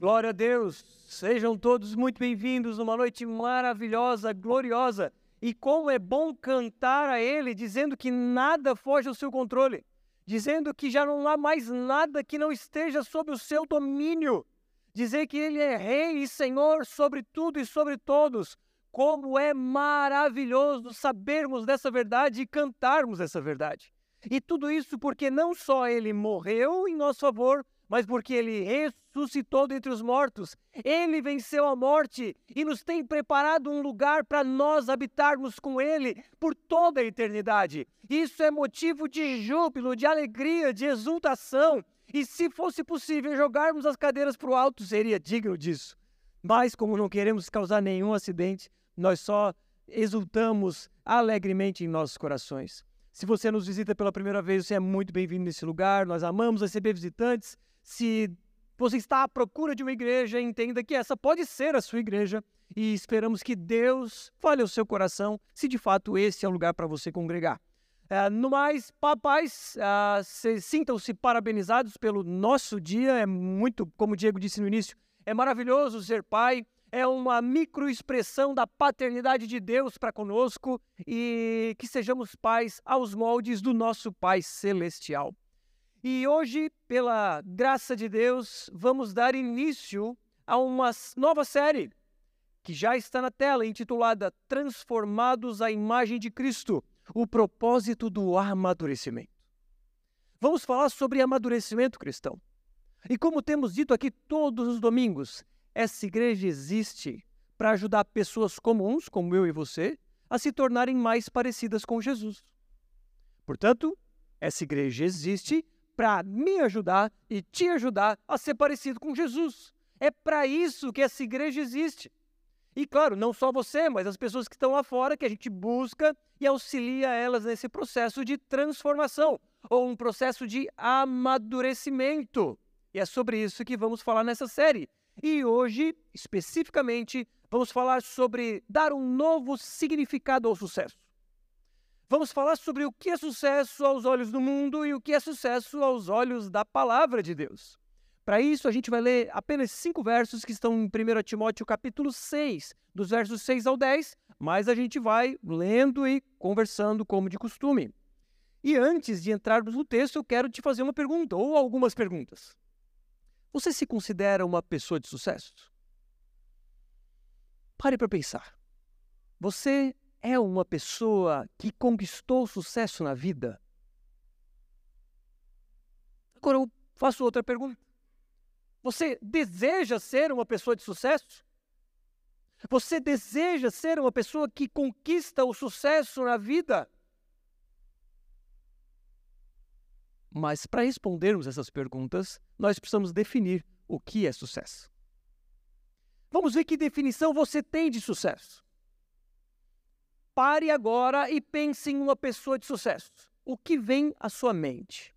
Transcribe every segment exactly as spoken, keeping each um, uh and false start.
Glória a Deus, sejam todos muito bem-vindos numa noite maravilhosa, gloriosa. E como é bom cantar a Ele, dizendo que nada foge ao seu controle, dizendo que já não há mais nada que não esteja sob o seu domínio, dizer que Ele é Rei e Senhor sobre tudo e sobre todos. Como é maravilhoso sabermos dessa verdade e cantarmos essa verdade. E tudo isso porque não só Ele morreu em nosso favor, mas porque Ele ressuscitou dentre os mortos. Ele venceu a morte e nos tem preparado um lugar para nós habitarmos com Ele por toda a eternidade. Isso é motivo de júbilo, de alegria, de exultação. E se fosse possível jogarmos as cadeiras para o alto, seria digno disso. Mas como não queremos causar nenhum acidente, nós só exultamos alegremente em nossos corações. Se você nos visita pela primeira vez, você é muito bem-vindo nesse lugar. Nós amamos receber visitantes. Se você está à procura de uma igreja, entenda que essa pode ser a sua igreja e esperamos que Deus fale ao seu coração se de fato esse é o lugar para você congregar. Uh, no mais, papais, uh, sintam-se parabenizados pelo nosso dia. É muito, como o Diego disse no início, é maravilhoso ser pai. É uma microexpressão da paternidade de Deus para conosco e que sejamos pais aos moldes do nosso Pai Celestial. E hoje, pela graça de Deus, vamos dar início a uma nova série que já está na tela, intitulada Transformados à Imagem de Cristo, o propósito do amadurecimento. Vamos falar sobre amadurecimento cristão. E como temos dito aqui todos os domingos, essa igreja existe para ajudar pessoas comuns, como eu e você, a se tornarem mais parecidas com Jesus. Portanto, essa igreja existe para me ajudar e te ajudar a ser parecido com Jesus. É para isso que essa igreja existe. E claro, não só você, mas as pessoas que estão lá fora, que a gente busca e auxilia elas nesse processo de transformação, ou um processo de amadurecimento. E é sobre isso que vamos falar nessa série. E hoje, especificamente, vamos falar sobre dar um novo significado ao sucesso. Vamos falar sobre o que é sucesso aos olhos do mundo e o que é sucesso aos olhos da palavra de Deus. Para isso, a gente vai ler apenas cinco versos que estão em primeiro Timóteo capítulo seis, dos versos seis ao dez, mas a gente vai lendo e conversando como de costume. E antes de entrarmos no texto, eu quero te fazer uma pergunta, ou algumas perguntas. Você se considera uma pessoa de sucesso? Pare para pensar. Você é uma pessoa que conquistou sucesso na vida? Agora eu faço outra pergunta. Você deseja ser uma pessoa de sucesso? Você deseja ser uma pessoa que conquista o sucesso na vida? Mas para respondermos essas perguntas, nós precisamos definir o que é sucesso. Vamos ver que definição você tem de sucesso. Pare agora e pense em uma pessoa de sucesso. O que vem à sua mente?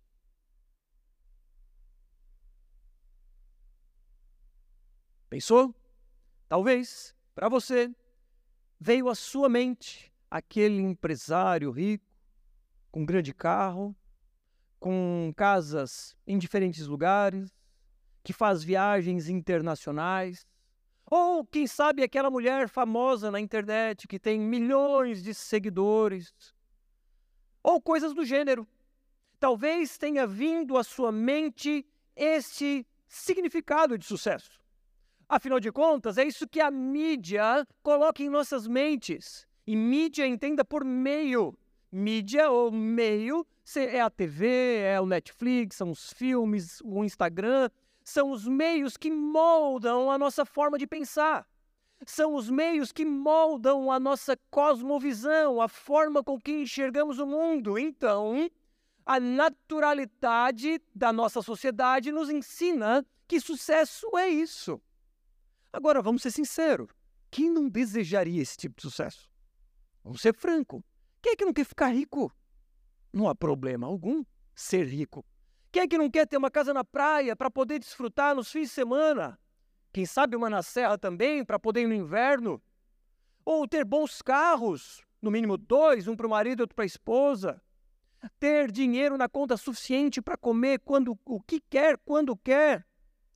Pensou? Talvez, para você, veio à sua mente aquele empresário rico, com grande carro, com casas em diferentes lugares, que faz viagens internacionais, ou quem sabe aquela mulher famosa na internet que tem milhões de seguidores, ou coisas do gênero. Talvez tenha vindo à sua mente este significado de sucesso. Afinal de contas, é isso que a mídia coloca em nossas mentes. E mídia entenda por meio. Mídia ou meio é a T V, é o Netflix, são os filmes, o Instagram. São os meios que moldam a nossa forma de pensar. São os meios que moldam a nossa cosmovisão, a forma com que enxergamos o mundo. Então, a naturalidade da nossa sociedade nos ensina que sucesso é isso. Agora, vamos ser sinceros. Quem não desejaria esse tipo de sucesso? Vamos ser franco. Quem é que não quer ficar rico? Não há problema algum ser rico. Quem é que não quer ter uma casa na praia para poder desfrutar nos fins de semana? Quem sabe uma na serra também, para poder ir no inverno? Ou ter bons carros, no mínimo dois, um para o marido e outro para a esposa? Ter dinheiro na conta suficiente para comer quando, o que quer, quando quer?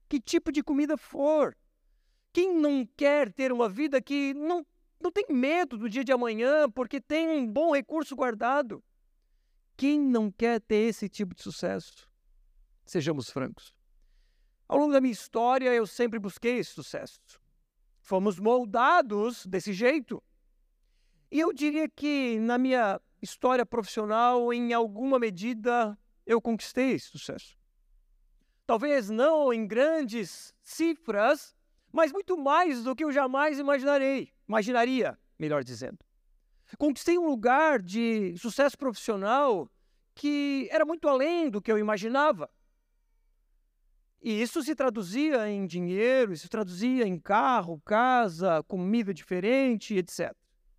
que tipo de comida for. Quem não quer ter uma vida que não, não tem medo do dia de amanhã porque tem um bom recurso guardado? Quem não quer ter esse tipo de sucesso? Sejamos francos. Ao longo da minha história, eu sempre busquei esse sucesso. Fomos moldados desse jeito. E eu diria que na minha história profissional, em alguma medida, eu conquistei esse sucesso. Talvez não em grandes cifras, mas muito mais do que eu jamais imaginarei, imaginaria, melhor dizendo. Conquistei um lugar de sucesso profissional que era muito além do que eu imaginava. E isso se traduzia em dinheiro, isso se traduzia em carro, casa, comida diferente, etcétera.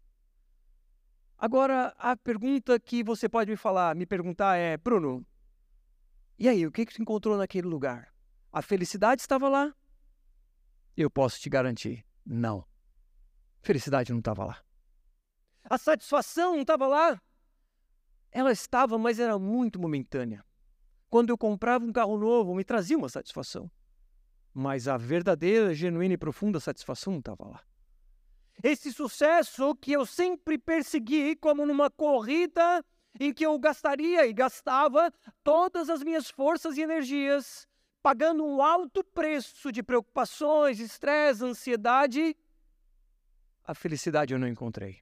Agora, a pergunta que você pode me falar, me perguntar é, Bruno, e aí, o que que você encontrou naquele lugar? A felicidade estava lá? Eu posso te garantir, não. Felicidade não estava lá. A satisfação não estava lá? Ela estava, mas era muito momentânea. Quando eu comprava um carro novo, me trazia uma satisfação. Mas a verdadeira, genuína e profunda satisfação não estava lá. Esse sucesso que eu sempre persegui como numa corrida em que eu gastaria e gastava todas as minhas forças e energias, pagando um alto preço de preocupações, estresse, ansiedade, a felicidade eu não encontrei.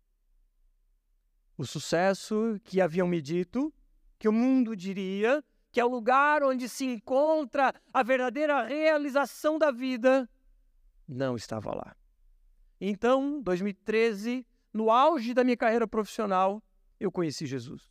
O sucesso que haviam me dito, que o mundo diria, que é o lugar onde se encontra a verdadeira realização da vida, não estava lá. Então, dois mil e treze, no auge da minha carreira profissional, eu conheci Jesus.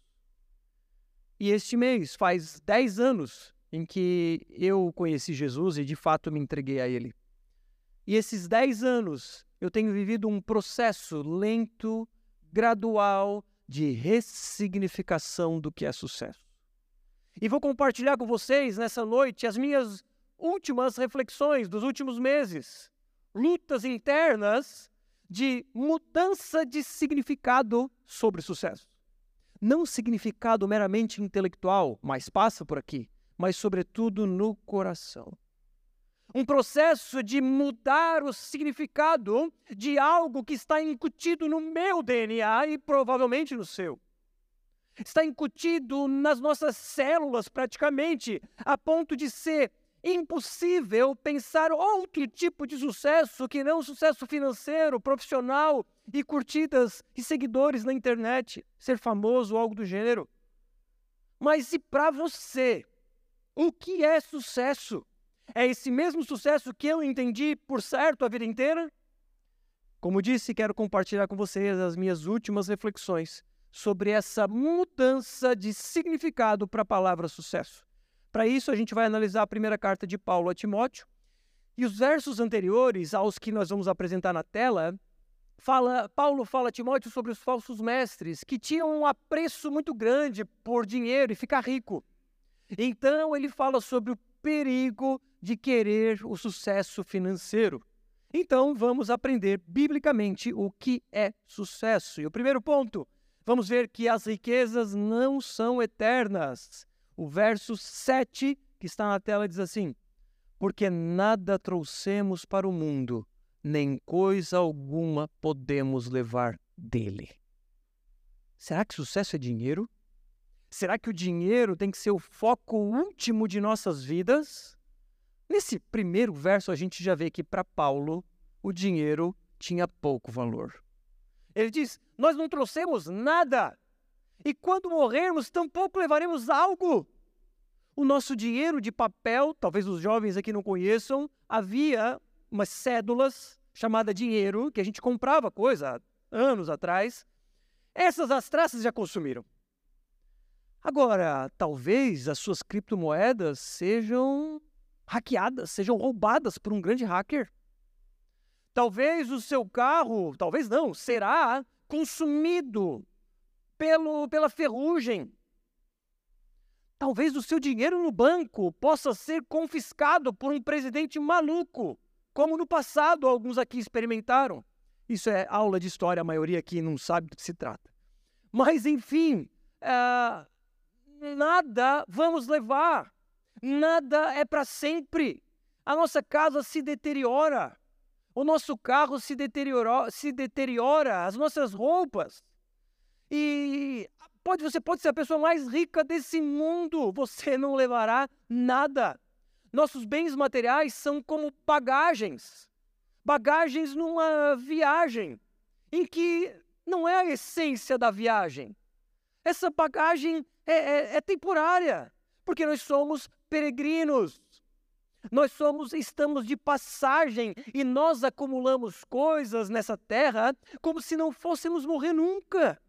E este mês faz dez anos em que eu conheci Jesus e de fato me entreguei a Ele. E esses dez anos eu tenho vivido um processo lento, gradual, de ressignificação do que é sucesso. E vou compartilhar com vocês nessa noite as minhas últimas reflexões dos últimos meses, lutas internas de mudança de significado sobre sucesso. Não significado meramente intelectual, mas passa por aqui, mas sobretudo no coração. Um processo de mudar o significado de algo que está incutido no meu D N A e provavelmente no seu. Está incutido nas nossas células praticamente, a ponto de ser impossível pensar outro tipo de sucesso que não sucesso financeiro, profissional e curtidas e seguidores na internet, ser famoso ou algo do gênero. Mas e para você, o que é sucesso? É esse mesmo sucesso que eu entendi por certo a vida inteira? Como disse, quero compartilhar com vocês as minhas últimas reflexões sobre essa mudança de significado para a palavra sucesso. Para isso, a gente vai analisar a primeira carta de Paulo a Timóteo. E os versos anteriores aos que nós vamos apresentar na tela, fala, Paulo fala a Timóteo sobre os falsos mestres, que tinham um apreço muito grande por dinheiro e ficar rico. Então, ele fala sobre o perigo de querer o sucesso financeiro. Então, vamos aprender biblicamente o que é sucesso. E o primeiro ponto, vamos ver que as riquezas não são eternas. O verso sete, que está na tela, diz assim: porque nada trouxemos para o mundo, nem coisa alguma podemos levar dele. Será que sucesso é dinheiro? Será que o dinheiro tem que ser o foco último de nossas vidas? Nesse primeiro verso, a gente já vê que para Paulo, o dinheiro tinha pouco valor. Ele diz, nós não trouxemos nada. E quando morrermos, tampouco levaremos algo. O nosso dinheiro de papel, talvez os jovens aqui não conheçam, havia umas cédulas chamadas dinheiro, que a gente comprava coisa há anos atrás. Essas as traças já consumiram. Agora, talvez as suas criptomoedas sejam hackeadas, sejam roubadas por um grande hacker. Talvez o seu carro, talvez não, será consumido pelo, pela ferrugem. Talvez o seu dinheiro no banco possa ser confiscado por um presidente maluco, como no passado alguns aqui experimentaram. Isso é aula de história, a maioria aqui não sabe do que se trata. Mas, enfim, uh, nada vamos levar, nada é para sempre. A nossa casa se deteriora. O nosso carro se deteriora, se deteriora, as nossas roupas. E pode, você pode ser a pessoa mais rica desse mundo, você não levará nada. Nossos bens materiais são como bagagens. Bagagens numa viagem, em que não é a essência da viagem. Essa bagagem é, é, é temporária, porque nós somos peregrinos. Nós somos, estamos de passagem e nós acumulamos coisas nessa terra como se não fôssemos morrer nunca.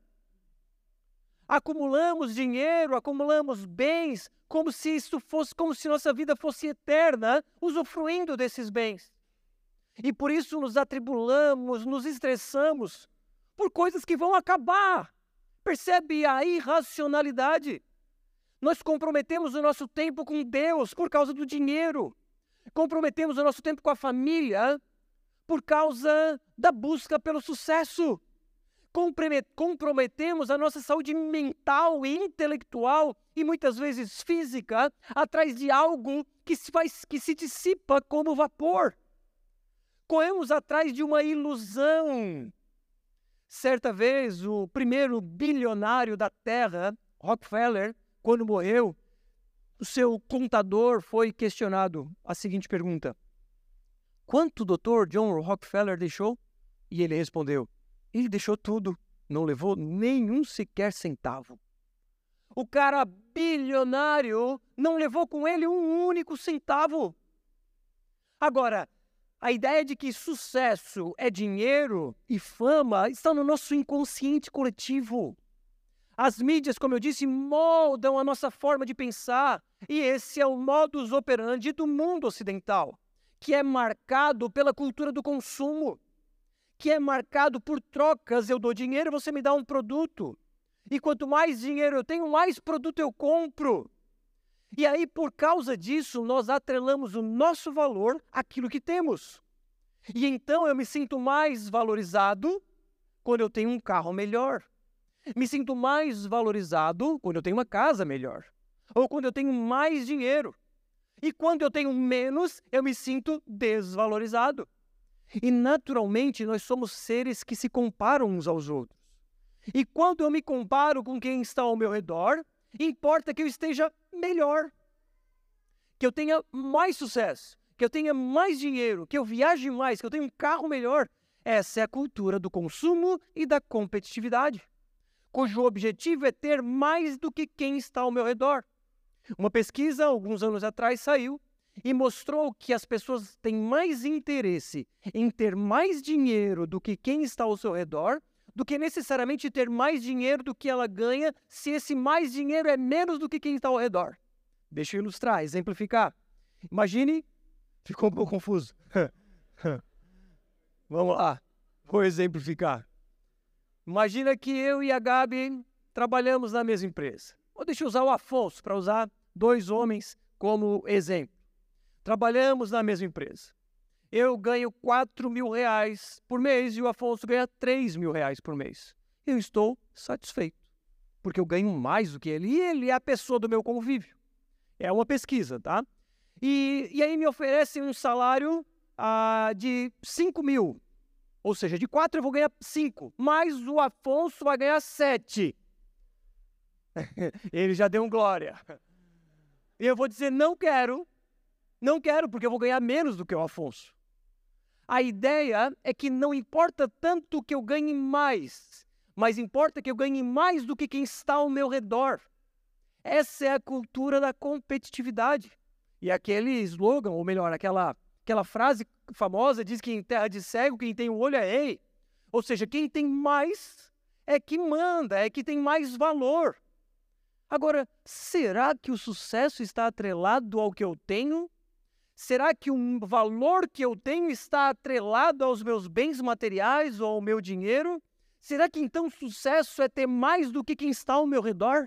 Acumulamos dinheiro, acumulamos bens, como se isso fosse, como se nossa vida fosse eterna, usufruindo desses bens. E por isso nos atribulamos, nos estressamos por coisas que vão acabar. Percebe a irracionalidade? Nós comprometemos o nosso tempo com Deus por causa do dinheiro. Comprometemos o nosso tempo com a família por causa da busca pelo sucesso. Comprometemos a nossa saúde mental e intelectual e muitas vezes física atrás de algo que se, faz, que se dissipa como vapor. Corremos atrás de uma ilusão. Certa vez, o primeiro bilionário da Terra, Rockefeller, quando morreu, o seu contador foi questionado a seguinte pergunta: quanto o doutor John Rockefeller deixou? E ele respondeu: ele deixou tudo, não levou nenhum sequer centavo. O cara bilionário não levou com ele um único centavo. Agora, a ideia de que sucesso é dinheiro e fama está no nosso inconsciente coletivo. As mídias, como eu disse, moldam a nossa forma de pensar, e esse é o modus operandi do mundo ocidental, que é marcado pela cultura do consumo, que é marcado por trocas. Eu dou dinheiro, você me dá um produto. E quanto mais dinheiro eu tenho, mais produto eu compro. E aí, por causa disso, nós atrelamos o nosso valor àquilo que temos. E então eu me sinto mais valorizado quando eu tenho um carro melhor. Me sinto mais valorizado quando eu tenho uma casa melhor. Ou quando eu tenho mais dinheiro. E quando eu tenho menos, eu me sinto desvalorizado. E naturalmente nós somos seres que se comparam uns aos outros. E quando eu me comparo com quem está ao meu redor, importa que eu esteja melhor, que eu tenha mais sucesso, que eu tenha mais dinheiro, que eu viaje mais, que eu tenha um carro melhor. Essa é a cultura do consumo e da competitividade, cujo objetivo é ter mais do que quem está ao meu redor. Uma pesquisa, alguns anos atrás, saiu e mostrou que as pessoas têm mais interesse em ter mais dinheiro do que quem está ao seu redor, do que necessariamente ter mais dinheiro do que ela ganha, se esse mais dinheiro é menos do que quem está ao redor. Deixa eu ilustrar, exemplificar. Imagine, ficou um pouco confuso. Vamos lá, vou exemplificar. Imagina que eu e a Gabi trabalhamos na mesma empresa. Ou deixa eu usar o Afonso para usar dois homens como exemplo. Trabalhamos na mesma empresa. Eu ganho quatro mil reais por mês e o Afonso ganha três mil reais por mês. Eu estou satisfeito, porque eu ganho mais do que ele e ele é a pessoa do meu convívio. É uma pesquisa, tá? E, e aí me oferecem um salário ah, de cinco mil. Ou seja, de quatro eu vou ganhar cinco, mas o Afonso vai ganhar sete. Ele já deu um glória. E eu vou dizer, não quero, não quero, porque eu vou ganhar menos do que o Afonso. A ideia é que não importa tanto que eu ganhe mais, mas importa que eu ganhe mais do que quem está ao meu redor. Essa é a cultura da competitividade. E aquele slogan, ou melhor, aquela, aquela frase famosa diz que em terra de cego quem tem o olho é rei. Ou seja, quem tem mais é que manda, é que tem mais valor. Agora, será que o sucesso está atrelado ao que eu tenho? Será que o valor que eu tenho está atrelado aos meus bens materiais ou ao meu dinheiro? Será que então sucesso é ter mais do que quem está ao meu redor?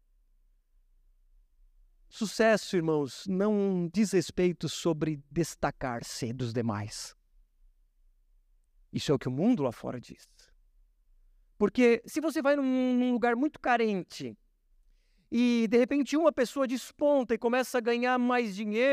Sucesso, irmãos, não diz respeito sobre destacar-se dos demais. Isso é o que o mundo lá fora diz. Porque se você vai num, num lugar muito carente e de repente uma pessoa desponta e começa a ganhar mais dinheiro,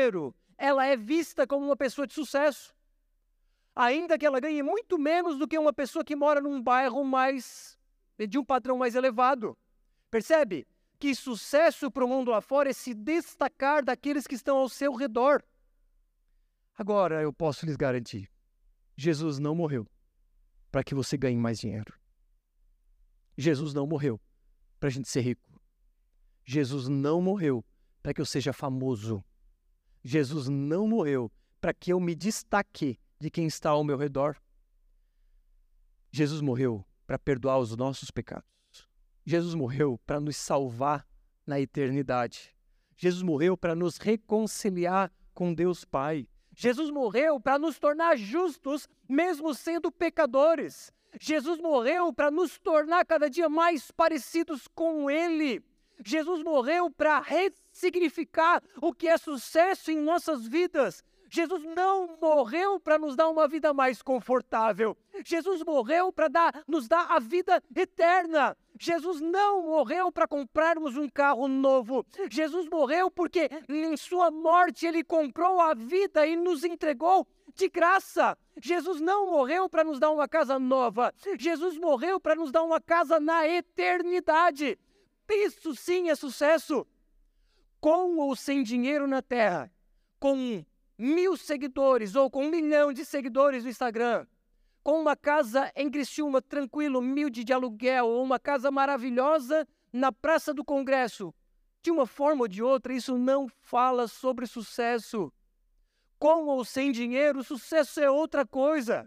ela é vista como uma pessoa de sucesso. Ainda que ela ganhe muito menos do que uma pessoa que mora num bairro mais, de um padrão mais elevado. Percebe? Que sucesso para o mundo lá fora é se destacar daqueles que estão ao seu redor. Agora eu posso lhes garantir, Jesus não morreu para que você ganhe mais dinheiro. Jesus não morreu para a gente ser rico. Jesus não morreu para que eu seja famoso. Jesus não morreu para que eu me destaque de quem está ao meu redor. Jesus morreu para perdoar os nossos pecados. Jesus morreu para nos salvar na eternidade. Jesus morreu para nos reconciliar com Deus Pai. Jesus morreu para nos tornar justos, mesmo sendo pecadores. Jesus morreu para nos tornar cada dia mais parecidos com Ele. Jesus morreu para ressignificar o que é sucesso em nossas vidas. Jesus não morreu para nos dar uma vida mais confortável. Jesus morreu para dar, nos dar a vida eterna. Jesus não morreu para comprarmos um carro novo. Jesus morreu porque em sua morte Ele comprou a vida e nos entregou de graça. Jesus não morreu para nos dar uma casa nova. Jesus morreu para nos dar uma casa na eternidade. Isso sim é sucesso. Com ou sem dinheiro na terra, com mil seguidores ou com um milhão de seguidores no Instagram, com uma casa em Criciúma, tranquilo, humilde de aluguel, ou uma casa maravilhosa na Praça do Congresso, de uma forma ou de outra, isso não fala sobre sucesso. Com ou sem dinheiro, sucesso é outra coisa.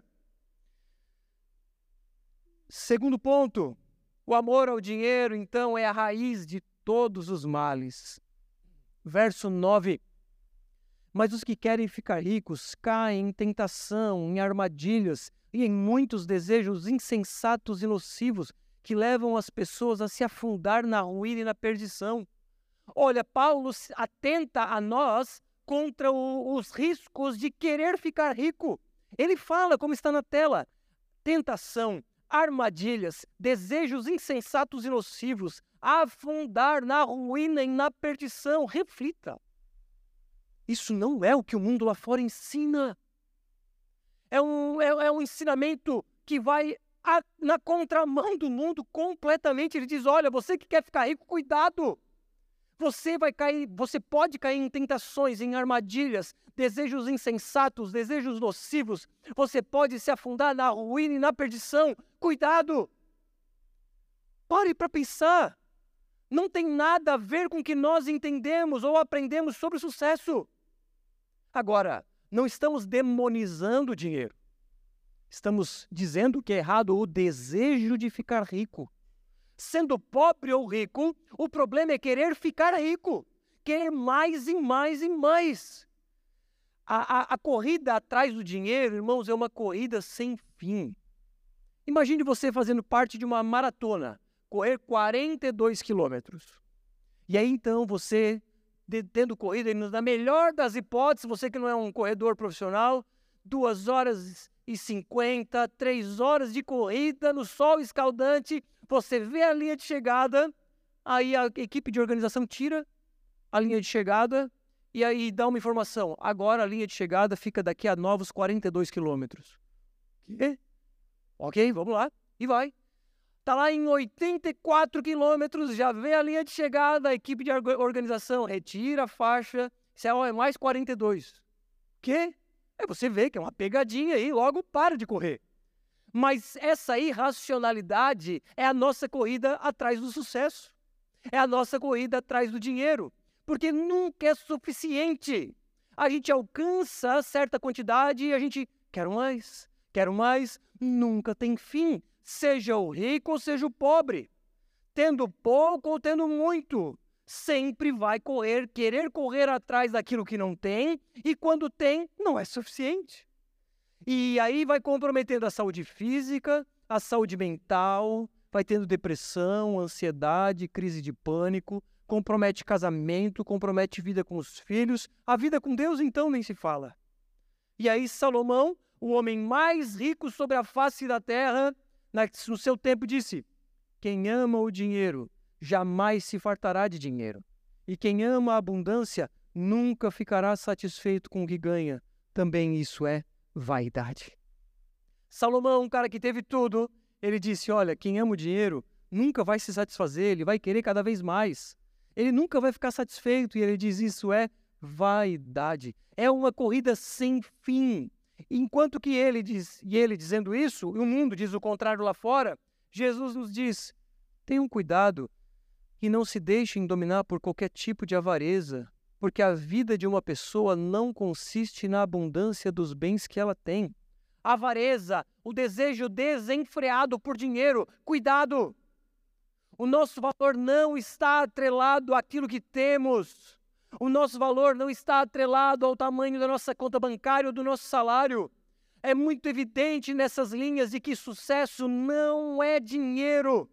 Segundo ponto, o amor ao dinheiro, então, é a raiz de todos os males. Verso nove. Mas os que querem ficar ricos caem em tentação, em armadilhas e em muitos desejos insensatos e nocivos que levam as pessoas a se afundar na ruína e na perdição. Olha, Paulo atenta a nós contra o, os riscos de querer ficar rico. Ele fala, como está na tela, tentação, armadilhas, desejos insensatos e nocivos, afundar na ruína e na perdição. Reflita. Isso não é o que o mundo lá fora ensina. É um, é, é um ensinamento que vai a, na contramão do mundo completamente. Ele diz, olha, você que quer ficar rico, cuidado. Você vai cair, você pode cair em tentações, em armadilhas, desejos insensatos, desejos nocivos. Você pode se afundar na ruína e na perdição. Cuidado. Pare para pensar. Não tem nada a ver com o que nós entendemos ou aprendemos sobre sucesso. Agora, não estamos demonizando o dinheiro. Estamos dizendo que é errado o desejo de ficar rico. Sendo pobre ou rico, o problema é querer ficar rico. Querer mais e mais e mais. A, a, a corrida atrás do dinheiro, irmãos, é uma corrida sem fim. Imagine você fazendo parte de uma maratona. Correr quarenta e dois quilômetros. E aí, então, você, de, tendo corrido, na melhor das hipóteses, você que não é um corredor profissional, duas horas e cinquenta, três horas de corrida no sol escaldante, você vê a linha de chegada, aí a equipe de organização tira a linha de chegada e aí dá uma informação. Agora a linha de chegada fica daqui a novos quarenta e dois quilômetros. Quê? Ok, vamos lá. E vai. Está lá em oitenta e quatro quilômetros, já vê a linha de chegada, a equipe de organização retira a faixa, isso é, é mais quarenta e dois. O quê? Aí você vê que é uma pegadinha aí, logo para de correr. Mas essa irracionalidade é a nossa corrida atrás do sucesso. É a nossa corrida atrás do dinheiro. Porque nunca é suficiente. A gente alcança certa quantidade e a gente quer mais, quer mais, nunca tem fim. Seja o rico ou seja o pobre, tendo pouco ou tendo muito, sempre vai correr, querer correr atrás daquilo que não tem, e quando tem, não é suficiente. E aí vai comprometendo a saúde física, a saúde mental, vai tendo depressão, ansiedade, crise de pânico, compromete casamento, compromete vida com os filhos, a vida com Deus então nem se fala. E aí Salomão, o homem mais rico sobre a face da terra, no seu tempo disse, quem ama o dinheiro jamais se fartará de dinheiro, e quem ama a abundância nunca ficará satisfeito com o que ganha. Também isso é vaidade. Salomão, um cara que teve tudo, ele disse, olha, quem ama o dinheiro nunca vai se satisfazer, ele vai querer cada vez mais. Ele nunca vai ficar satisfeito, e ele diz, isso é vaidade. É uma corrida sem fim. Enquanto que ele diz, e ele dizendo isso, e o mundo diz o contrário lá fora, Jesus nos diz, tenham cuidado e não se deixem dominar por qualquer tipo de avareza, porque a vida de uma pessoa não consiste na abundância dos bens que ela tem. Avareza, o desejo desenfreado por dinheiro, cuidado! O nosso valor não está atrelado àquilo que temos. O nosso valor não está atrelado ao tamanho da nossa conta bancária ou do nosso salário. É muito evidente nessas linhas de que sucesso não é dinheiro.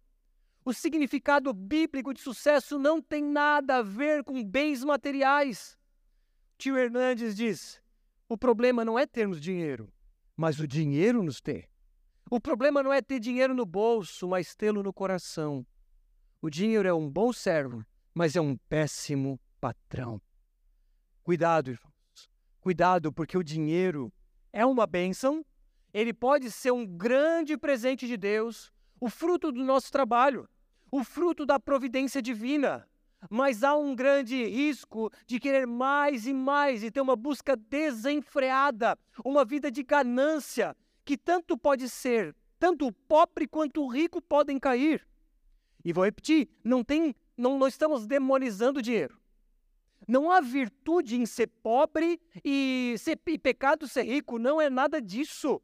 O significado bíblico de sucesso não tem nada a ver com bens materiais. Tio Hernandes diz, o problema não é termos dinheiro, mas o dinheiro nos ter. O problema não é ter dinheiro no bolso, mas tê-lo no coração. O dinheiro é um bom servo, mas é um péssimo patrão. Cuidado, irmãos. Cuidado, porque o dinheiro é uma bênção. Ele pode ser um grande presente de Deus, o fruto do nosso trabalho, o fruto da providência divina. Mas há um grande risco de querer mais e mais e ter uma busca desenfreada, uma vida de ganância, que tanto pode ser, tanto o pobre quanto o rico podem cair. E vou repetir, não, tem, não, não estamos demonizando o dinheiro. Não há virtude em ser pobre e, ser, e pecado ser rico, não é nada disso.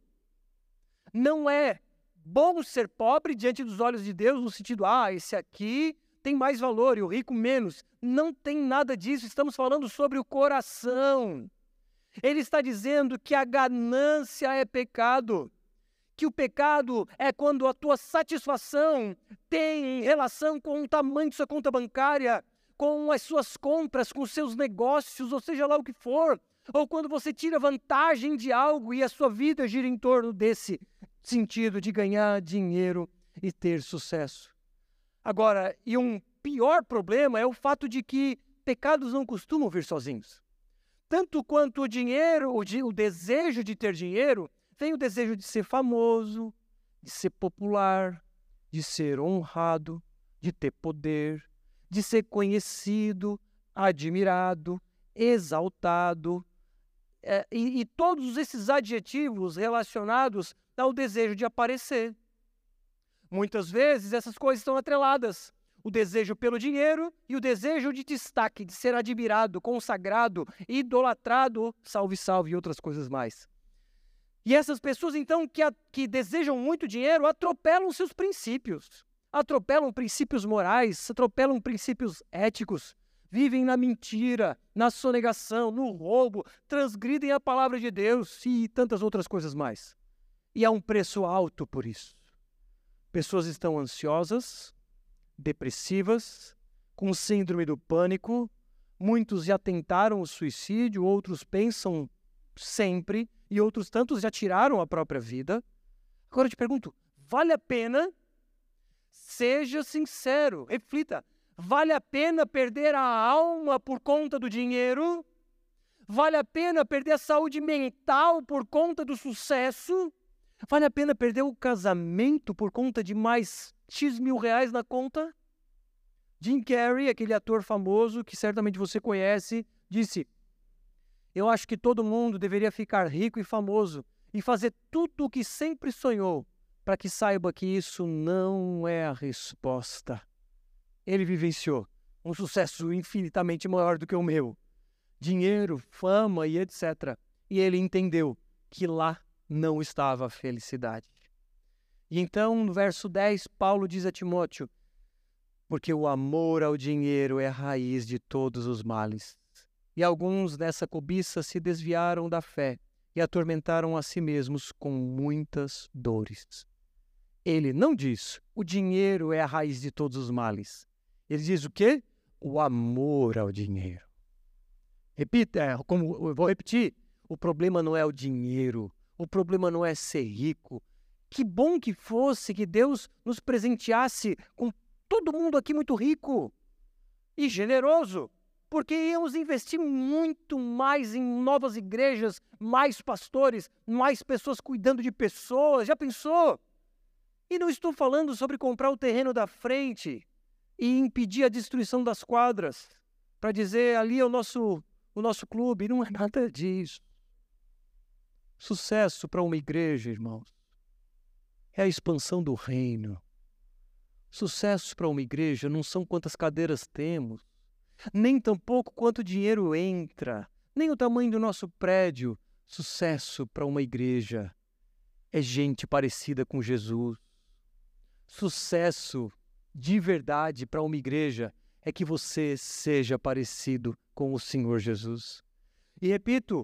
Não é bom ser pobre diante dos olhos de Deus, no sentido, ah, esse aqui tem mais valor e o rico menos. Não tem nada disso, estamos falando sobre o coração. Ele está dizendo que a ganância é pecado, que o pecado é quando a tua satisfação tem relação com o tamanho de sua conta bancária, com as suas compras, com os seus negócios, ou seja lá o que for, ou quando você tira vantagem de algo e a sua vida gira em torno desse sentido de ganhar dinheiro e ter sucesso. Agora, e um pior problema é o fato de que pecados não costumam vir sozinhos. Tanto quanto o dinheiro, o, de, o desejo de ter dinheiro, vem o desejo de ser famoso, de ser popular, de ser honrado, de ter poder, de ser conhecido, admirado, exaltado, é, e, e todos esses adjetivos relacionados ao desejo de aparecer. Muitas vezes essas coisas estão atreladas. O desejo pelo dinheiro e o desejo de destaque, de ser admirado, consagrado, idolatrado, salve, salve e outras coisas mais. E essas pessoas, então, que, a, que desejam muito dinheiro, atropelam seus princípios. Atropelam princípios morais, atropelam princípios éticos, vivem na mentira, na sonegação, no roubo, transgridem a palavra de Deus e tantas outras coisas mais. E há um preço alto por isso. Pessoas estão ansiosas, depressivas, com síndrome do pânico, muitos já tentaram o suicídio, outros pensam sempre, e outros tantos já tiraram a própria vida. Agora eu te pergunto, vale a pena? Seja sincero, reflita. Vale a pena perder a alma por conta do dinheiro? Vale a pena perder a saúde mental por conta do sucesso? Vale a pena perder o casamento por conta de mais X mil reais na conta? Jim Carrey, aquele ator famoso que certamente você conhece, disse: eu acho que todo mundo deveria ficar rico e famoso e fazer tudo o que sempre sonhou, para que saiba que isso não é a resposta. Ele vivenciou um sucesso infinitamente maior do que o meu. Dinheiro, fama e etcétera. E ele entendeu que lá não estava a felicidade. E então, no verso dez, Paulo diz a Timóteo: porque o amor ao dinheiro é a raiz de todos os males. E alguns nessa cobiça se desviaram da fé e atormentaram a si mesmos com muitas dores. Ele não diz, o dinheiro é a raiz de todos os males. Ele diz o quê? O amor ao dinheiro. Repita, como eu vou repetir, o problema não é o dinheiro, o problema não é ser rico. Que bom que fosse que Deus nos presenteasse com todo mundo aqui muito rico e generoso. porque íamos investir muito mais em novas igrejas, mais pastores, mais pessoas cuidando de pessoas. Já pensou? E não estou falando sobre comprar o terreno da frente e impedir a destruição das quadras, para dizer ali é o nosso, o nosso clube. Não é nada disso. Sucesso para uma igreja, irmãos, é a expansão do reino. Sucesso para uma igreja não são quantas cadeiras temos, nem tampouco quanto dinheiro entra, nem o tamanho do nosso prédio. Sucesso para uma igreja é gente parecida com Jesus. Sucesso de verdade para uma igreja é que você seja parecido com o Senhor Jesus. E repito,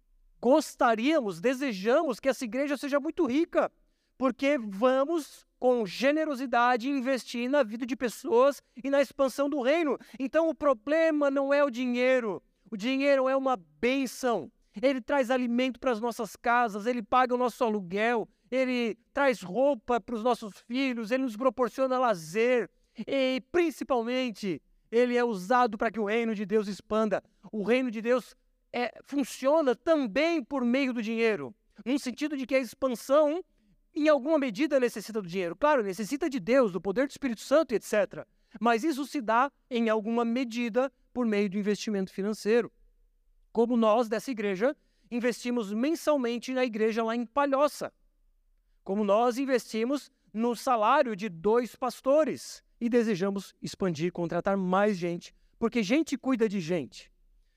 gostaríamos, desejamos que essa igreja seja muito rica, porque vamos com generosidade investir na vida de pessoas e na expansão do reino. Então o problema não é o dinheiro. O dinheiro é uma bênção. Ele traz alimento para as nossas casas, ele paga o nosso aluguel, ele traz roupa para os nossos filhos, ele nos proporciona lazer e, principalmente, ele é usado para que o reino de Deus expanda. O reino de Deus é, funciona também por meio do dinheiro, no sentido de que a expansão, em alguma medida, necessita do dinheiro. Claro, necessita de Deus, do poder do Espírito Santo, etcétera. Mas isso se dá, em alguma medida, por meio do investimento financeiro. Como nós, dessa igreja, investimos mensalmente na igreja lá em Palhoça. Como nós investimos no salário de dois pastores e desejamos expandir, contratar mais gente, porque gente cuida de gente.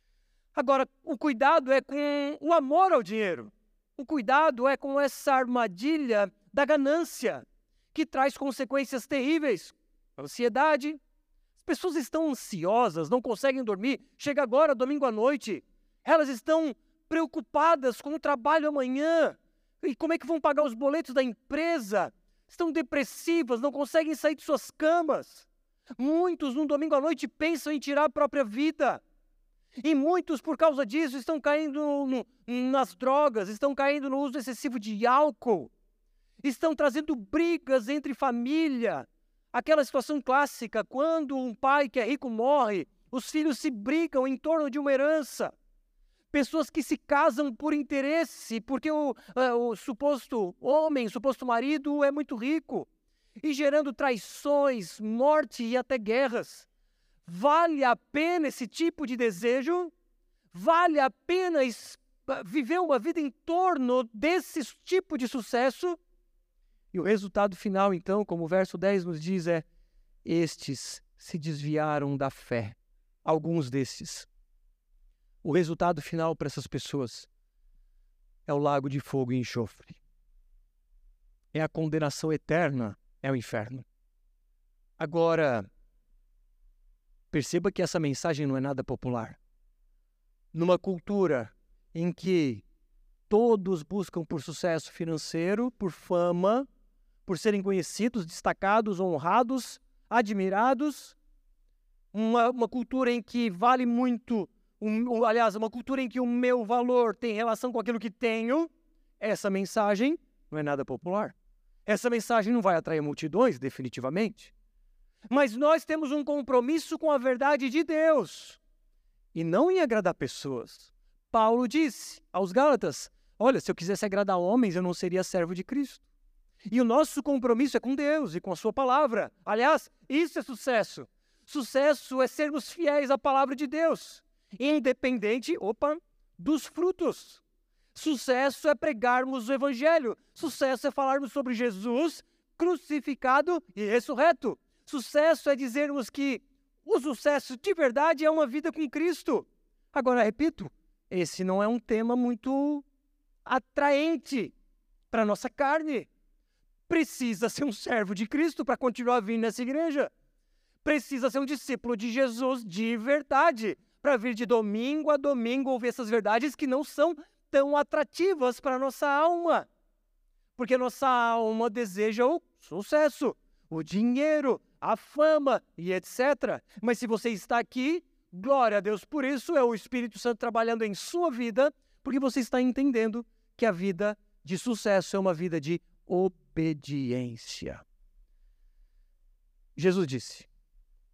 Agora, o cuidado é com o amor ao dinheiro. O cuidado é com essa armadilha da ganância, que traz consequências terríveis. Ansiedade. As pessoas estão ansiosas, não conseguem dormir. Chega agora, domingo à noite, elas estão preocupadas com o trabalho amanhã. E como é que vão pagar os boletos da empresa? Estão depressivas, não conseguem sair de suas camas. Muitos, num domingo à noite, pensam em tirar a própria vida. E muitos, por causa disso, estão caindo no, nas drogas, estão caindo no uso excessivo de álcool, estão trazendo brigas entre família. Aquela situação clássica, quando um pai que é rico morre, os filhos se brigam em torno de uma herança. Pessoas que se casam por interesse, porque o, o suposto homem, o suposto marido é muito rico, e gerando traições, morte e até guerras. Vale a pena esse tipo de desejo? Vale a pena viver uma vida em torno desse tipo de sucesso? E o resultado final, então, como o verso dez nos diz, é: estes se desviaram da fé. Alguns destes. O resultado final para essas pessoas é o lago de fogo e enxofre. É a condenação eterna, é o inferno. Agora, perceba que essa mensagem não é nada popular. Numa cultura em que todos buscam por sucesso financeiro, por fama, por serem conhecidos, destacados, honrados, admirados, uma, uma cultura em que vale muito, um, aliás, uma cultura em que o meu valor tem relação com aquilo que tenho, essa mensagem não é nada popular. Essa mensagem não vai atrair multidões, definitivamente. Mas nós temos um compromisso com a verdade de Deus, e não em agradar pessoas. Paulo disse aos Gálatas: olha, se eu quisesse agradar homens, eu não seria servo de Cristo. E o nosso compromisso é com Deus e com a sua palavra. Aliás, isso é sucesso. Sucesso é sermos fiéis à palavra de Deus, independente, opa, dos frutos. Sucesso é pregarmos o evangelho. Sucesso é falarmos sobre Jesus crucificado e ressurreto. Sucesso é dizermos que o sucesso de verdade é uma vida com Cristo. Agora, repito, esse não é um tema muito atraente para a nossa carne. Precisa ser um servo de Cristo para continuar vindo nessa igreja. Precisa ser um discípulo de Jesus de verdade, para vir de domingo a domingo ouvir essas verdades que não são tão atrativas para a nossa alma. Porque a nossa alma deseja o sucesso, o dinheiro, a fama e etcétera. Mas se você está aqui, glória a Deus por isso, é o Espírito Santo trabalhando em sua vida, porque você está entendendo que a vida de sucesso é uma vida de obediência. Jesus disse: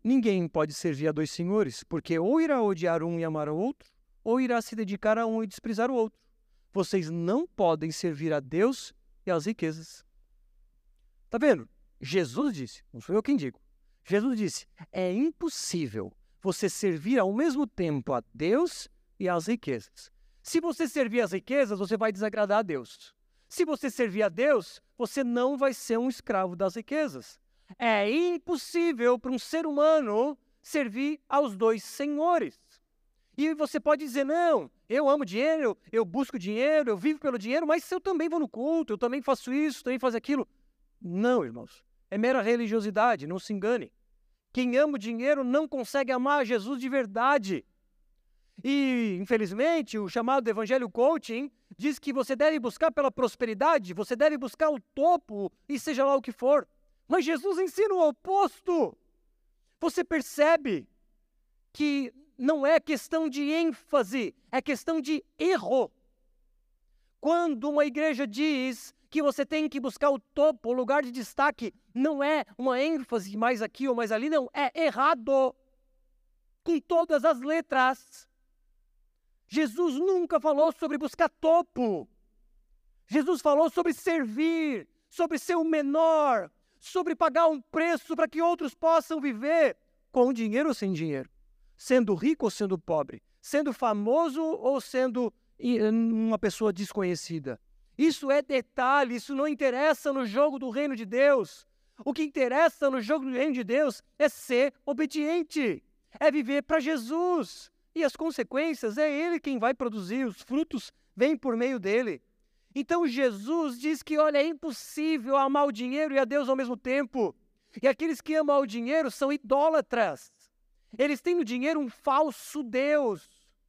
Ninguém pode servir a dois senhores, porque ou irá odiar um e amar o outro, ou irá se dedicar a um e desprezar o outro. Vocês não podem servir a Deus e às riquezas. Tá vendo? Jesus disse, não sou eu quem digo. Jesus disse, é impossível você servir ao mesmo tempo a Deus e às riquezas. Se você servir às riquezas, você vai desagradar a Deus. Se você servir a Deus, você não vai ser um escravo das riquezas. É impossível para um ser humano servir aos dois senhores. E você pode dizer, não, eu amo dinheiro, eu busco dinheiro, eu vivo pelo dinheiro, mas eu também vou no culto, eu também faço isso, também faço aquilo. Não, irmãos, é mera religiosidade, não se engane. Quem ama o dinheiro não consegue amar Jesus de verdade. E, infelizmente, o chamado Evangelho Coaching diz que você deve buscar pela prosperidade, você deve buscar o topo e seja lá o que for. Mas Jesus ensina o oposto. Você percebe que não é questão de ênfase, é questão de erro. Quando uma igreja diz que você tem que buscar o topo, o lugar de destaque, não é uma ênfase mais aqui ou mais ali, não, é errado. Com todas as letras. Jesus nunca falou sobre buscar topo. Jesus falou sobre servir, sobre ser o menor, sobre pagar um preço para que outros possam viver com dinheiro ou sem dinheiro, sendo rico ou sendo pobre, sendo famoso ou sendo uma pessoa desconhecida. Isso é detalhe, isso não interessa no jogo do reino de Deus. O que interessa no jogo do reino de Deus é ser obediente, é viver para Jesus. E as consequências é Ele quem vai produzir, os frutos vêm por meio dele. Então Jesus diz que, olha, é impossível amar o dinheiro e a Deus ao mesmo tempo. E aqueles que amam o dinheiro são idólatras. Eles têm no dinheiro um falso Deus.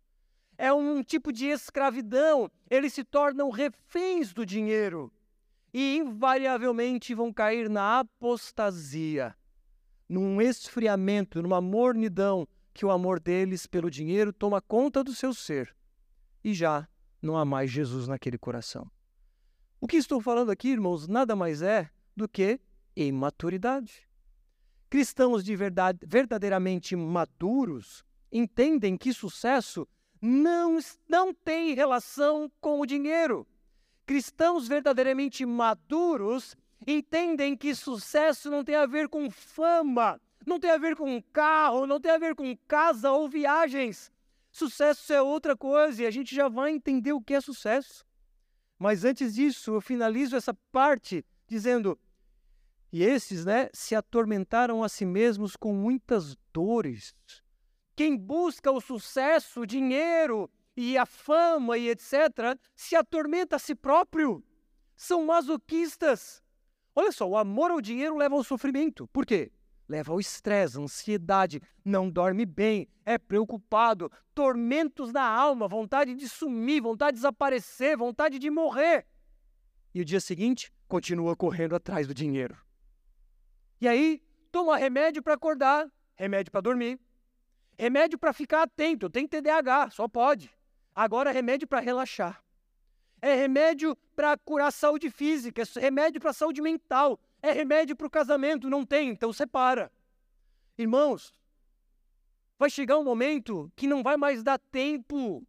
É um tipo de escravidão. Eles se tornam reféns do dinheiro. E invariavelmente vão cair na apostasia, num esfriamento, numa mornidão, que o amor deles pelo dinheiro toma conta do seu ser. E já não há mais Jesus naquele coração. O que estou falando aqui, irmãos, nada mais é do que imaturidade. Cristãos de verdade, verdadeiramente maduros entendem que sucesso não, não tem relação com o dinheiro. Cristãos verdadeiramente maduros entendem que sucesso não tem a ver com fama, não tem a ver com carro, não tem a ver com casa ou viagens. Sucesso é outra coisa e a gente já vai entender o que é sucesso. Mas antes disso, eu finalizo essa parte dizendo, e esses, né, se atormentaram a si mesmos com muitas dores. Quem busca o sucesso, o dinheiro e a fama e etcétera, se atormenta a si próprio. São masoquistas. Olha só, o amor ao dinheiro leva ao sofrimento. Por quê? Leva ao estresse, ansiedade, não dorme bem, é preocupado, tormentos na alma, vontade de sumir, vontade de desaparecer, vontade de morrer. E o dia seguinte, continua correndo atrás do dinheiro. E aí, toma remédio para acordar, remédio para dormir, remédio para ficar atento, tem T D A H, só pode. Agora remédio para relaxar. É remédio para curar a saúde física, é remédio para a saúde mental. É remédio para o casamento, não tem, então separa. Irmãos, vai chegar um momento que não vai mais dar tempo.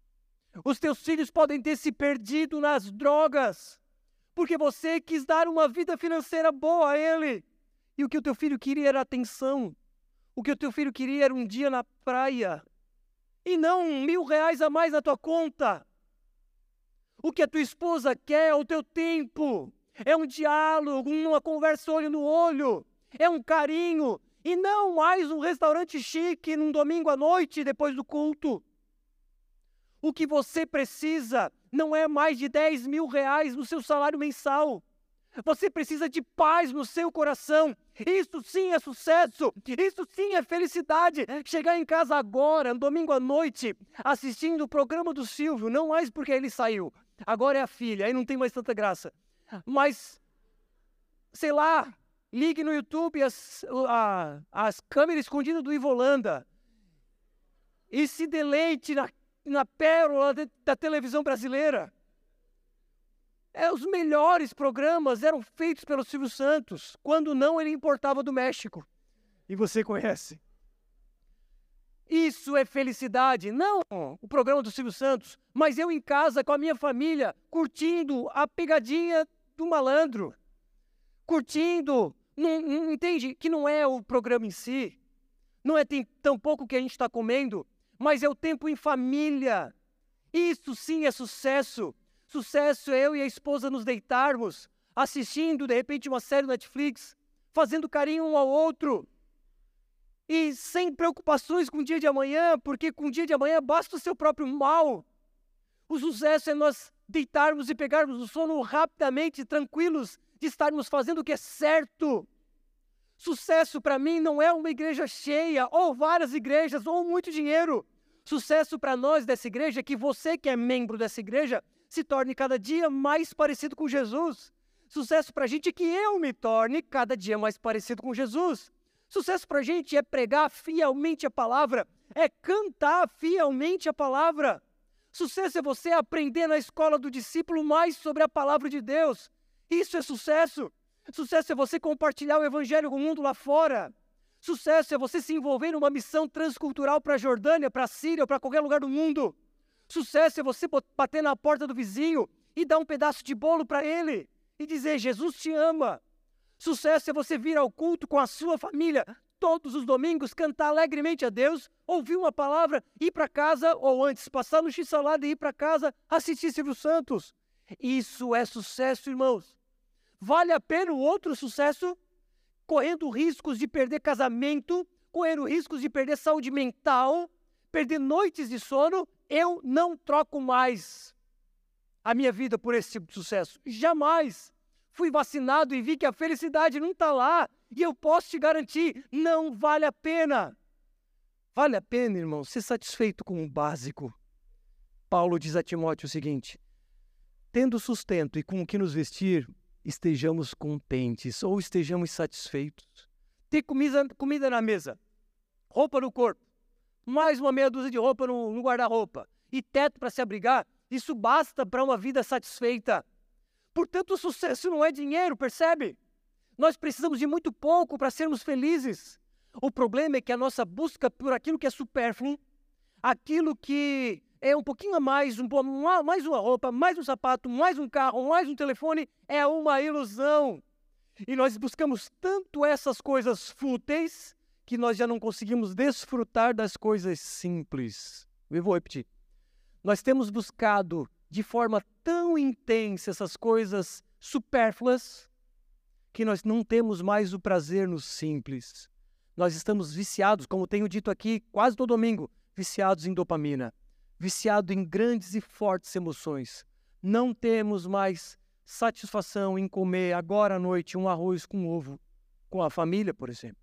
Os teus filhos podem ter se perdido nas drogas, porque você quis dar uma vida financeira boa a ele. E o que o teu filho queria era atenção. O que o teu filho queria era um dia na praia. E não mil reais a mais na tua conta. O que a tua esposa quer é o teu tempo. É um diálogo, uma conversa olho no olho. É um carinho. E não mais um restaurante chique num domingo à noite depois do culto. O que você precisa não é mais de dez mil reais no seu salário mensal. Você precisa de paz no seu coração. Isso sim é sucesso. Isso sim é felicidade. Chegar em casa agora, no domingo à noite, assistindo o programa do Silvio, não mais porque ele saiu. Agora é a filha, aí não tem mais tanta graça. Mas, sei lá, ligue no YouTube as, a, as câmeras escondidas do Ivo Holanda e se deleite na, na pérola de, da televisão brasileira. É, os melhores programas eram feitos pelo Silvio Santos, quando não ele importava do México. E você conhece. Isso é felicidade, não o programa do Silvio Santos, mas eu em casa com a minha família, curtindo a pegadinha do malandro, curtindo, não, não, entende? Que não é o programa em si, não é tem, tampouco o que a gente está comendo, mas é o tempo em família. Isso sim é sucesso. Sucesso é eu e a esposa nos deitarmos, assistindo de repente uma série Netflix, fazendo carinho um ao outro, e sem preocupações com o dia de amanhã, porque com o dia de amanhã basta o seu próprio mal. O sucesso é nós deitarmos e pegarmos o sono rapidamente, tranquilos, de estarmos fazendo o que é certo. Sucesso para mim não é uma igreja cheia, ou várias igrejas, ou muito dinheiro. Sucesso para nós dessa igreja é que você que é membro dessa igreja se torne cada dia mais parecido com Jesus. Sucesso para a gente é que eu me torne cada dia mais parecido com Jesus. Sucesso para a gente é pregar fielmente a palavra, é cantar fielmente a palavra. Sucesso é você aprender na escola do discípulo mais sobre a palavra de Deus. Isso é sucesso. Sucesso é você compartilhar o evangelho com o mundo lá fora. Sucesso é você se envolver numa missão transcultural para a Jordânia, para a Síria ou para qualquer lugar do mundo. Sucesso é você bater na porta do vizinho e dar um pedaço de bolo para ele e dizer, Jesus te ama. Sucesso é você vir ao culto com a sua família todos os domingos, cantar alegremente a Deus, ouvir uma palavra, ir para casa, ou antes, passar no X-Salada e ir para casa, assistir Silvio Santos. Isso é sucesso, irmãos. Vale a pena o outro sucesso? Correndo riscos de perder casamento, correndo riscos de perder saúde mental, perder noites de sono, eu não troco mais a minha vida por esse tipo de sucesso. Jamais. Fui vacinado e vi que a felicidade não está lá. E eu posso te garantir, não vale a pena. Vale a pena, irmão, ser satisfeito com o básico. Paulo diz a Timóteo o seguinte, tendo sustento e com o que nos vestir, estejamos contentes ou estejamos satisfeitos. Ter comida, comida na mesa, roupa no corpo, mais uma meia dúzia de roupa no, no guarda-roupa e teto para se abrigar, isso basta para uma vida satisfeita. Portanto, o sucesso não é dinheiro, percebe? Nós precisamos de muito pouco para sermos felizes. O problema é que a nossa busca por aquilo que é supérfluo, aquilo que é um pouquinho a mais, um, mais uma roupa, mais um sapato, mais um carro, mais um telefone, é uma ilusão. E nós buscamos tanto essas coisas fúteis que nós já não conseguimos desfrutar das coisas simples. Eu vou repetir. Nós temos buscado de forma tão intensa essas coisas supérfluas que nós não temos mais o prazer no simples. Nós estamos viciados, como tenho dito aqui quase todo domingo, viciados em dopamina, viciados em grandes e fortes emoções. Não temos mais satisfação em comer agora à noite um arroz com ovo com a família, por exemplo.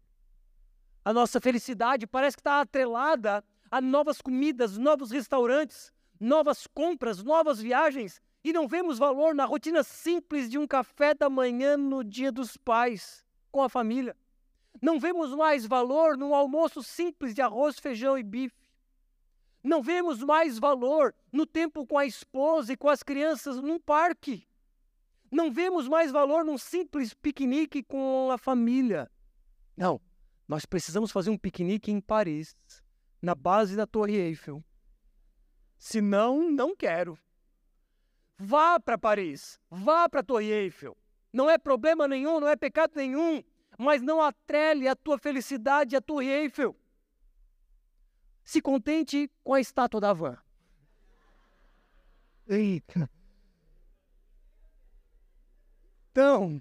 A nossa felicidade parece que está atrelada a novas comidas, novos restaurantes, novas compras, novas viagens, e não vemos valor na rotina simples de um café da manhã no Dia dos Pais, com a família. Não vemos mais valor num almoço simples de arroz, feijão e bife. Não vemos mais valor no tempo com a esposa e com as crianças num parque. Não vemos mais valor num simples piquenique com a família. Não, nós precisamos fazer um piquenique em Paris, na base da Torre Eiffel. Senão, não quero. Vá para Paris, vá para a Torre Eiffel. Não é problema nenhum, não é pecado nenhum, mas não atrele a tua felicidade à Torre Eiffel. Se contente com a estátua da Van. Eita. Então,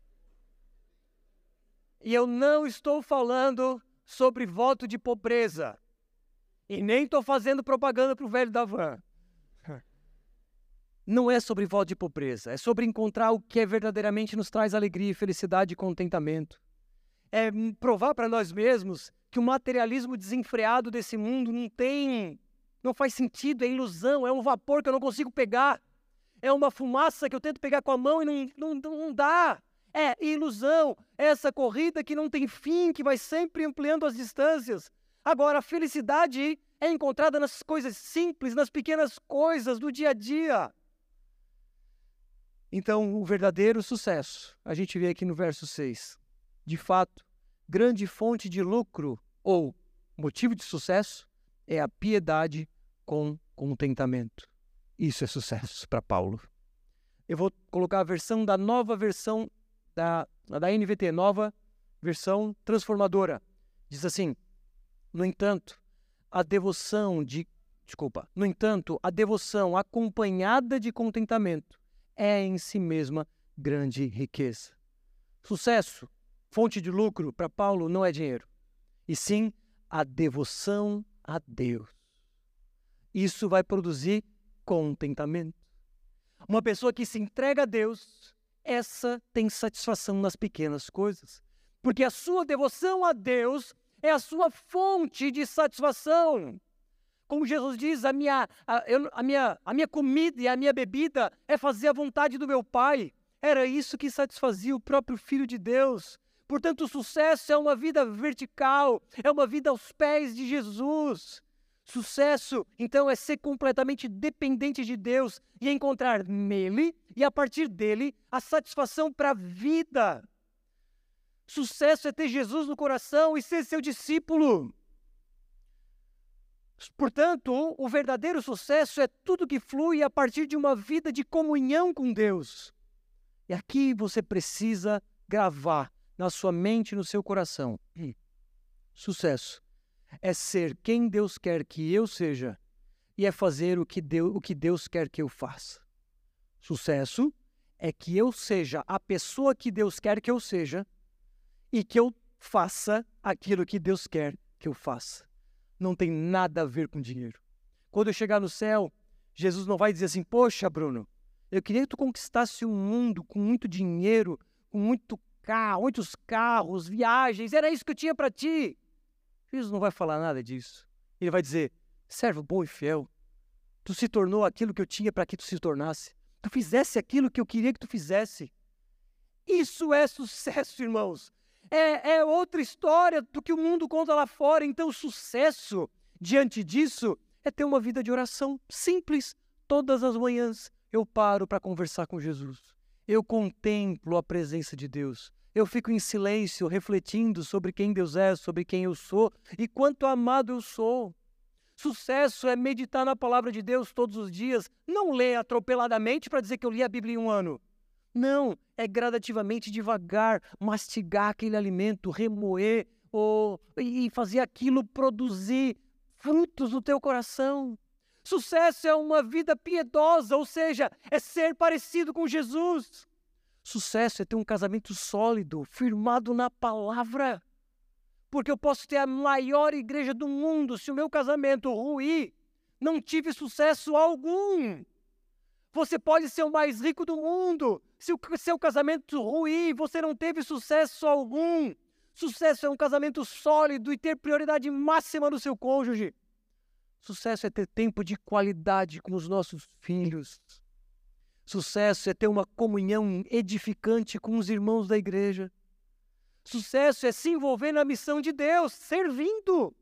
e eu não estou falando sobre voto de pobreza. E nem estou fazendo propaganda para o velho da van. Não é sobre voto de pobreza, é sobre encontrar o que é verdadeiramente nos traz alegria, felicidade e contentamento. É provar para nós mesmos que o materialismo desenfreado desse mundo não tem, não faz sentido, é ilusão, é um vapor que eu não consigo pegar, é uma fumaça que eu tento pegar com a mão e não, não, não dá. É ilusão, é essa corrida que não tem fim, que vai sempre ampliando as distâncias. Agora, a felicidade é encontrada nas coisas simples, nas pequenas coisas do dia a dia. Então, o verdadeiro sucesso, a gente vê aqui no verso seis, de fato, grande fonte de lucro ou motivo de sucesso é a piedade com contentamento. Isso é sucesso para Paulo. Eu vou colocar a versão da nova versão da, da N V T, nova versão transformadora. Diz assim: no entanto, a devoção de, desculpa, no entanto, a devoção acompanhada de contentamento é em si mesma grande riqueza. Sucesso, fonte de lucro para Paulo não é dinheiro, e sim a devoção a Deus. Isso vai produzir contentamento. Uma pessoa que se entrega a Deus, essa tem satisfação nas pequenas coisas, porque a sua devoção a Deus é a sua fonte de satisfação. Como Jesus diz, a minha, a, eu, a, minha, a minha comida e a minha bebida é fazer a vontade do meu Pai. Era isso que satisfazia o próprio Filho de Deus. Portanto, o sucesso é uma vida vertical, é uma vida aos pés de Jesus. Sucesso, então, é ser completamente dependente de Deus e encontrar nele e, a partir dele, a satisfação para a vida. Sucesso é ter Jesus no coração e ser seu discípulo. Portanto, o verdadeiro sucesso é tudo que flui a partir de uma vida de comunhão com Deus. E aqui você precisa gravar na sua mente e no seu coração. Sucesso é ser quem Deus quer que eu seja e é fazer o que Deus, o que Deus quer que eu faça. Sucesso é que eu seja a pessoa que Deus quer que eu seja e que eu faça aquilo que Deus quer que eu faça. Não tem nada a ver com dinheiro. Quando eu chegar no céu, Jesus não vai dizer assim: poxa, Bruno, eu queria que tu conquistasse um mundo com muito dinheiro, com muito carro, muitos carros, viagens, era isso que eu tinha para ti. Jesus não vai falar nada disso. Ele vai dizer: servo bom e fiel, tu se tornou aquilo que eu tinha para que tu se tornasse. Tu fizesse aquilo que eu queria que tu fizesse. Isso é sucesso, irmãos. É, é outra história do que o mundo conta lá fora. Então, sucesso, diante disso, é ter uma vida de oração simples. Todas as manhãs eu paro para conversar com Jesus. Eu contemplo a presença de Deus. Eu fico em silêncio, refletindo sobre quem Deus é, sobre quem eu sou e quanto amado eu sou. Sucesso é meditar na palavra de Deus todos os dias. Não ler atropeladamente para dizer que eu li a Bíblia em um ano. Não, é gradativamente, devagar, mastigar aquele alimento, remoer ou, e fazer aquilo produzir frutos no teu coração. Sucesso é uma vida piedosa, ou seja, é ser parecido com Jesus. Sucesso é ter um casamento sólido, firmado na palavra. Porque eu posso ter a maior igreja do mundo, se o meu casamento ruir, não tive sucesso algum. Você pode ser o mais rico do mundo. Se o seu casamento ruir, você não teve sucesso algum. Sucesso é um casamento sólido e ter prioridade máxima no seu cônjuge. Sucesso é ter tempo de qualidade com os nossos filhos. Sucesso é ter uma comunhão edificante com os irmãos da igreja. Sucesso é se envolver na missão de Deus, servindo.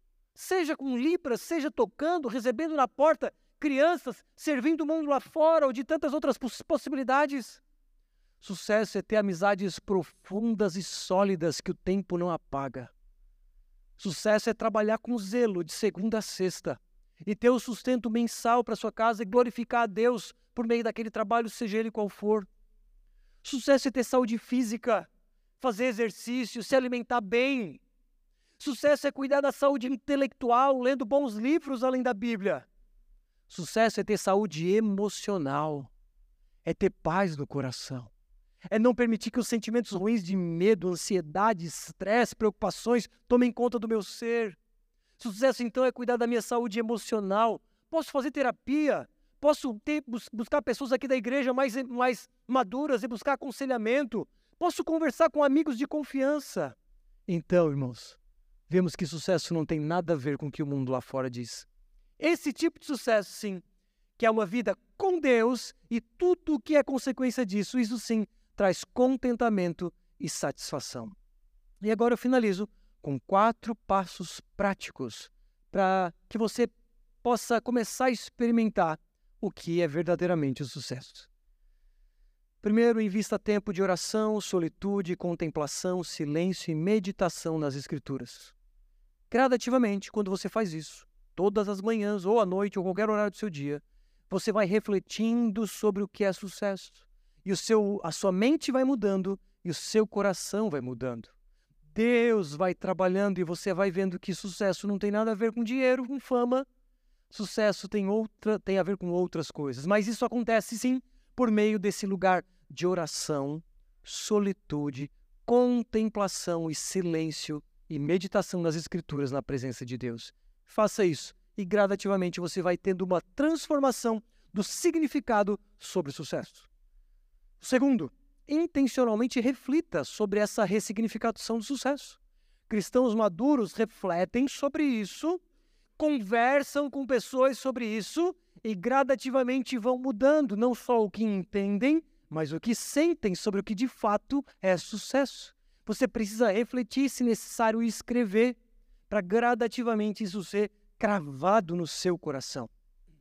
Seja com libras, seja tocando, recebendo na porta crianças, servindo o mundo lá fora ou de tantas outras poss- possibilidades. Sucesso é ter amizades profundas e sólidas que o tempo não apaga. Sucesso é trabalhar com zelo de segunda a sexta e ter o sustento mensal para sua casa e glorificar a Deus por meio daquele trabalho, seja ele qual for. Sucesso é ter saúde física, fazer exercício, se alimentar bem. Sucesso é cuidar da saúde intelectual, lendo bons livros além da Bíblia. Sucesso é ter saúde emocional, é ter paz no coração, é não permitir que os sentimentos ruins de medo, ansiedade, estresse, preocupações tomem conta do meu ser. Sucesso, então, é cuidar da minha saúde emocional. Posso fazer terapia, posso ter, bus- buscar pessoas aqui da igreja mais, mais maduras e buscar aconselhamento, posso conversar com amigos de confiança. Então, irmãos, vemos que sucesso não tem nada a ver com o que o mundo lá fora diz. Esse tipo de sucesso, sim, que é uma vida com Deus e tudo o que é consequência disso, isso sim, traz contentamento e satisfação. E agora eu finalizo com quatro passos práticos para que você possa começar a experimentar o que é verdadeiramente o sucesso. Primeiro, invista tempo de oração, solitude, contemplação, silêncio e meditação nas Escrituras. Gradativamente, quando você faz isso, todas as manhãs ou à noite ou qualquer horário do seu dia, você vai refletindo sobre o que é sucesso. E o seu, a sua mente vai mudando e o seu coração vai mudando. Deus vai trabalhando e você vai vendo que sucesso não tem nada a ver com dinheiro, com fama. Sucesso tem, outra, tem a ver com outras coisas. Mas isso acontece sim por meio desse lugar de oração, solitude, contemplação e silêncio e meditação nas Escrituras na presença de Deus. Faça isso e gradativamente você vai tendo uma transformação do significado sobre o sucesso. Segundo, intencionalmente reflita sobre essa ressignificação do sucesso. Cristãos maduros refletem sobre isso, conversam com pessoas sobre isso e gradativamente vão mudando não só o que entendem, mas o que sentem sobre o que de fato é sucesso. Você precisa refletir, se necessário, escrever, para gradativamente isso ser cravado no seu coração.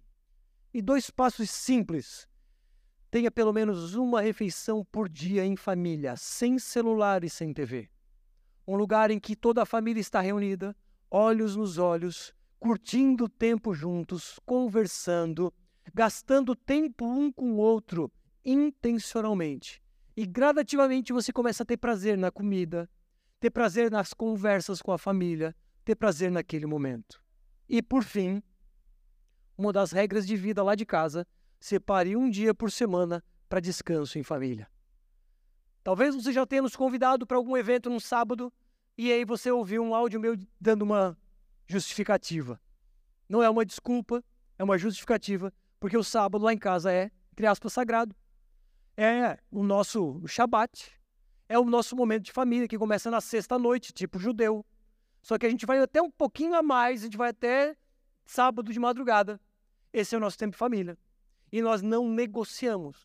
E dois passos simples. Tenha pelo menos uma refeição por dia em família, sem celular e sem T V. Um lugar em que toda a família está reunida, olhos nos olhos, curtindo o tempo juntos, conversando, gastando tempo um com o outro, intencionalmente. E gradativamente você começa a ter prazer na comida, ter prazer nas conversas com a família, ter prazer naquele momento. E, por fim, uma das regras de vida lá de casa, separe um dia por semana para descanso em família. Talvez você já tenha nos convidado para algum evento num sábado e aí você ouviu um áudio meu dando uma justificativa. Não é uma desculpa, é uma justificativa, porque o sábado lá em casa é, entre aspas, sagrado. É o nosso Shabat, é o nosso momento de família que começa na sexta-noite, tipo judeu. Só que a gente vai até um pouquinho a mais, a gente vai até sábado de madrugada. Esse é o nosso tempo de família. E nós não negociamos.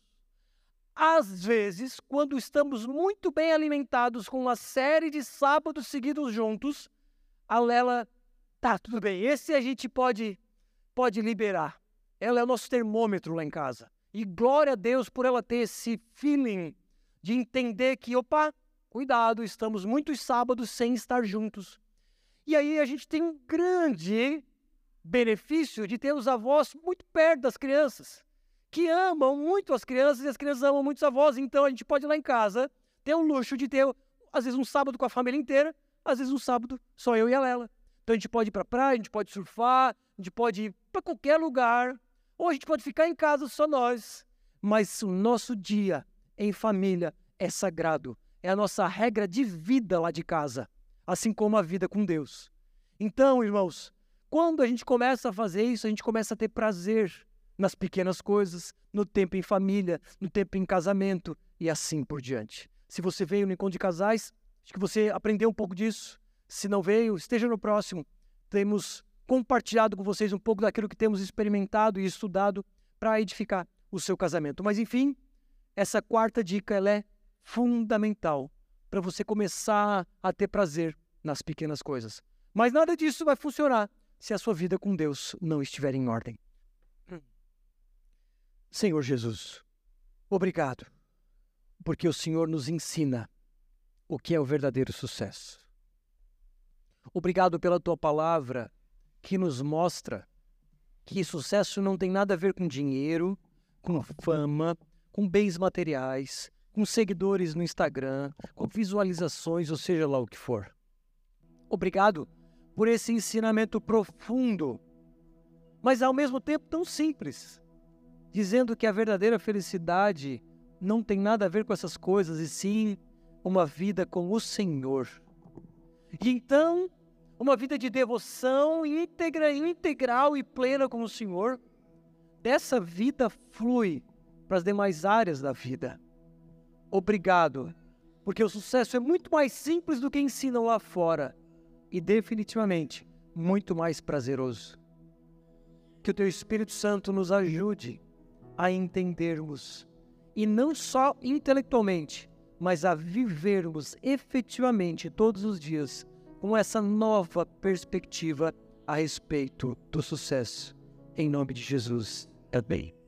Às vezes, quando estamos muito bem alimentados com uma série de sábados seguidos juntos, a Lela, tá, tudo bem, esse a gente pode, pode liberar. Ela é o nosso termômetro lá em casa. E glória a Deus por ela ter esse feeling de entender que, opa, cuidado, estamos muitos sábados sem estar juntos. E aí a gente tem um grande benefício de ter os avós muito perto das crianças, que amam muito as crianças e as crianças amam muito os avós. Então a gente pode ir lá em casa, ter o luxo de ter, às vezes, um sábado com a família inteira, às vezes um sábado só eu e a Lela. Então a gente pode ir para a praia, a gente pode surfar, a gente pode ir para qualquer lugar, ou a gente pode ficar em casa só nós. Mas o nosso dia em família é sagrado. É a nossa regra de vida lá de casa, assim como a vida com Deus. Então, irmãos, quando a gente começa a fazer isso, a gente começa a ter prazer nas pequenas coisas, no tempo em família, no tempo em casamento e assim por diante. Se você veio no encontro de casais, acho que você aprendeu um pouco disso. Se não veio, esteja no próximo. Temos compartilhado com vocês um pouco daquilo que temos experimentado e estudado para edificar o seu casamento. Mas, enfim, essa quarta dica ela é fundamental para você começar a ter prazer nas pequenas coisas. Mas nada disso vai funcionar se a sua vida com Deus não estiver em ordem. Senhor Jesus, obrigado, porque o Senhor nos ensina o que é o verdadeiro sucesso. Obrigado pela tua palavra que nos mostra que sucesso não tem nada a ver com dinheiro, com fama, com bens materiais, com seguidores no Instagram, com visualizações, ou seja lá o que for. Obrigado por esse ensinamento profundo, mas ao mesmo tempo tão simples, dizendo que a verdadeira felicidade não tem nada a ver com essas coisas, e sim uma vida com o Senhor. E então, uma vida de devoção íntegra, integral e plena com o Senhor, dessa vida flui para as demais áreas da vida. Obrigado, porque o sucesso é muito mais simples do que ensinam lá fora e definitivamente muito mais prazeroso. Que o Teu Espírito Santo nos ajude a entendermos, e não só intelectualmente, mas a vivermos efetivamente todos os dias com essa nova perspectiva a respeito do sucesso. Em nome de Jesus. Amém.